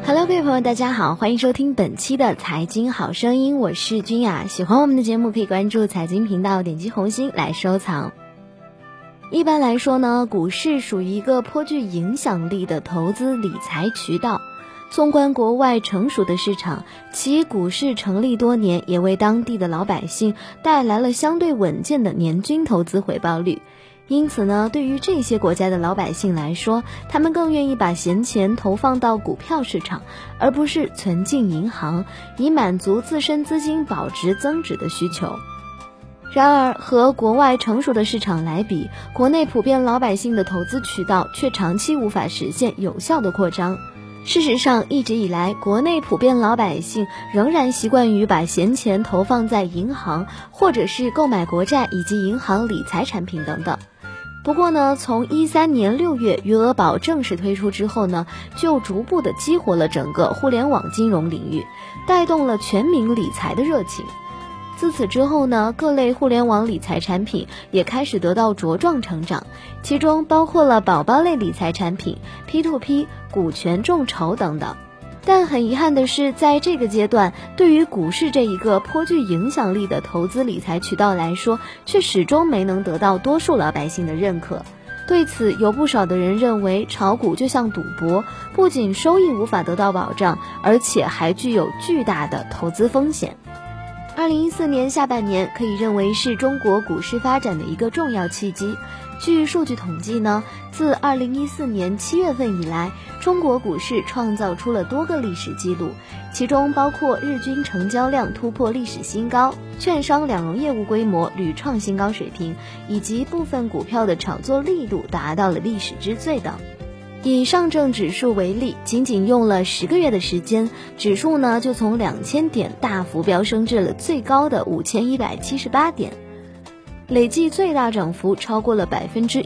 Hello， 各位朋友，大家好，欢迎收听本期的财经好声音，我是君雅。喜欢我们的节目，可以关注财经频道，点击红心来收藏。一般来说呢，股市属于一个颇具影响力的投资理财渠道。纵观国外成熟的市场，其股市成立多年，也为当地的老百姓带来了相对稳健的年均投资回报率。因此呢，对于这些国家的老百姓来说，他们更愿意把闲钱投放到股票市场，而不是存进银行，以满足自身资金保值增值的需求。然而，和国外成熟的市场来比，国内普遍老百姓的投资渠道却长期无法实现有效的扩张。事实上，一直以来，国内普遍老百姓仍然习惯于把闲钱投放在银行，或者是购买国债以及银行理财产品等等。不过呢，从2013年6月余额宝正式推出之后呢，就逐步的激活了整个互联网金融领域，带动了全民理财的热情。自此之后呢，各类互联网理财产品也开始得到茁壮成长，其中包括了宝宝类理财产品、P2P、股权众筹等等。但很遗憾的是，在这个阶段，对于股市这一个颇具影响力的投资理财渠道来说，却始终没能得到多数老百姓的认可。对此，有不少的人认为，炒股就像赌博，不仅收益无法得到保障，而且还具有巨大的投资风险。2014年下半年可以认为是中国股市发展的一个重要契机。据数据统计呢，自2014年7月份以来，中国股市创造出了多个历史记录，其中包括日均成交量突破历史新高，券商两融业务规模屡创新高水平，以及部分股票的炒作力度达到了历史之最等。以上证指数为例，仅仅用了10个月的时间，指数呢就从2000点大幅飙升至了最高的5178点，累计最大涨幅超过了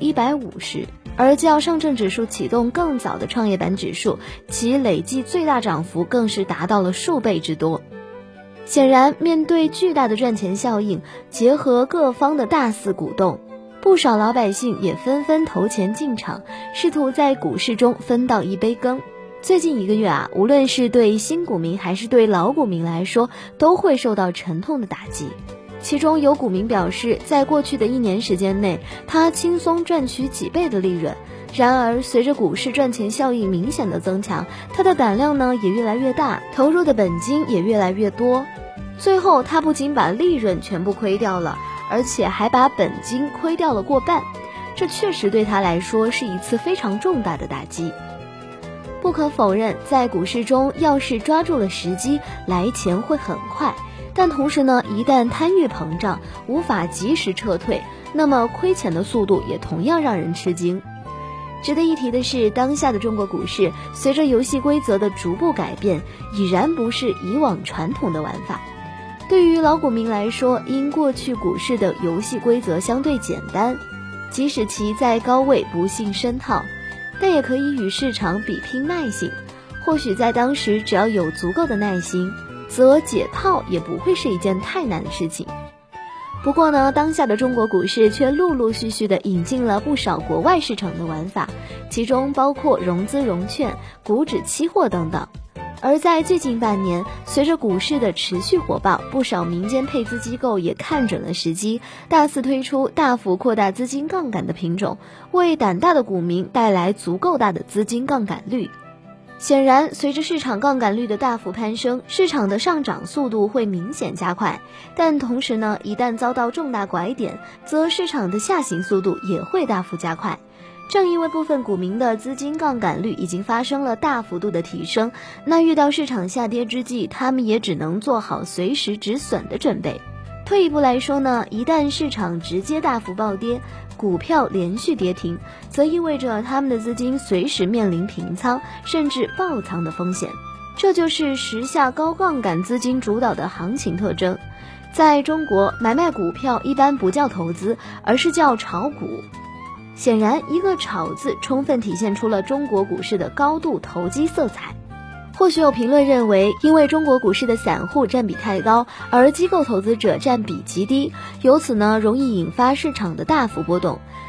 150%。而较上证指数启动更早的创业板指数，其累计最大涨幅更是达到了数倍之多。显然，面对巨大的赚钱效应，结合各方的大肆鼓动，不少老百姓也纷纷投钱进场，试图在股市中分到一杯羹。最近1个月无论是对新股民还是对老股民来说，都会受到沉痛的打击。其中有股民表示，在过去的1年时间内，他轻松赚取几倍的利润。然而，随着股市赚钱效应明显的增强，他的胆量呢也越来越大，投入的本金也越来越多。最后，他不仅把利润全部亏掉了，而且还把本金亏掉了过半，这确实对他来说是一次非常重大的打击。不可否认，在股市中，要是抓住了时机，来钱会很快。但同时呢，一旦贪欲膨胀，无法及时撤退，那么亏钱的速度也同样让人吃惊。值得一提的是，当下的中国股市随着游戏规则的逐步改变，已然不是以往传统的玩法。对于老股民来说，因过去股市的游戏规则相对简单，即使其在高位不幸深套，但也可以与市场比拼耐性。或许在当时，只要有足够的耐心，则解套也不会是一件太难的事情。不过呢，当下的中国股市却陆陆续续地引进了不少国外市场的玩法，其中包括融资融券、股指期货等等。而在最近半年，随着股市的持续火爆，不少民间配资机构也看准了时机，大肆推出大幅扩大资金杠杆的品种，为胆大的股民带来足够大的资金杠杆率。显然，随着市场杠杆率的大幅攀升，市场的上涨速度会明显加快。但同时呢，一旦遭到重大拐点，则市场的下行速度也会大幅加快。正因为部分股民的资金杠杆率已经发生了大幅度的提升，那遇到市场下跌之际，他们也只能做好随时止损的准备。退一步来说呢，一旦市场直接大幅暴跌，股票连续跌停，则意味着他们的资金随时面临平仓甚至爆仓的风险。这就是时下高杠杆资金主导的行情特征。在中国，买卖股票一般不叫投资，而是叫炒股。显然，一个炒字充分体现出了中国股市的高度投机色彩。或许有评论认为，因为中国股市的散户占比太高，而机构投资者占比极低，由此呢容易引发市场的大幅波动。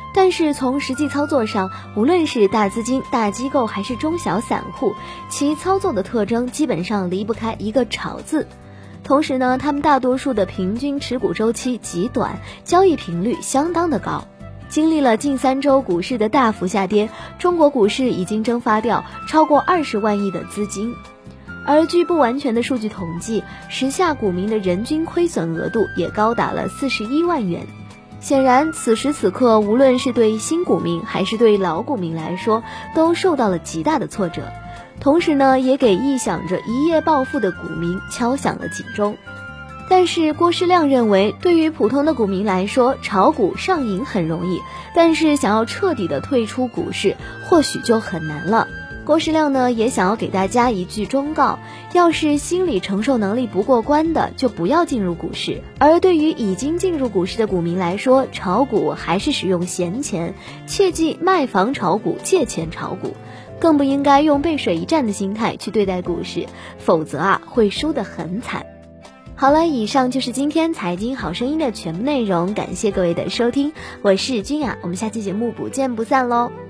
但是从实际操作上，无论是大资金、大机构还是中小散户，其操作的特征基本上离不开一个炒字。同时呢，他们大多数的平均持股周期极短，交易频率相当的高。经历了近3周股市的大幅下跌，中国股市已经蒸发掉超过20万亿的资金。而据不完全的数据统计，时下股民的人均亏损额度也高达了41万元。显然，此时此刻，无论是对新股民还是对老股民来说，都受到了极大的挫折。同时呢，也给臆想着一夜暴富的股民敲响了警钟。但是郭士亮认为，对于普通的股民来说，炒股上瘾很容易，但是想要彻底的退出股市，或许就很难了。郭士亮呢，也想要给大家一句忠告，要是心理承受能力不过关的，就不要进入股市。而对于已经进入股市的股民来说，炒股还是使用闲钱，切忌卖房炒股、借钱炒股，更不应该用背水一战的心态去对待股市，否则会输得很惨。好了，以上就是今天财经好声音的全部内容，感谢各位的收听，我是君雅，我们下期节目不见不散喽。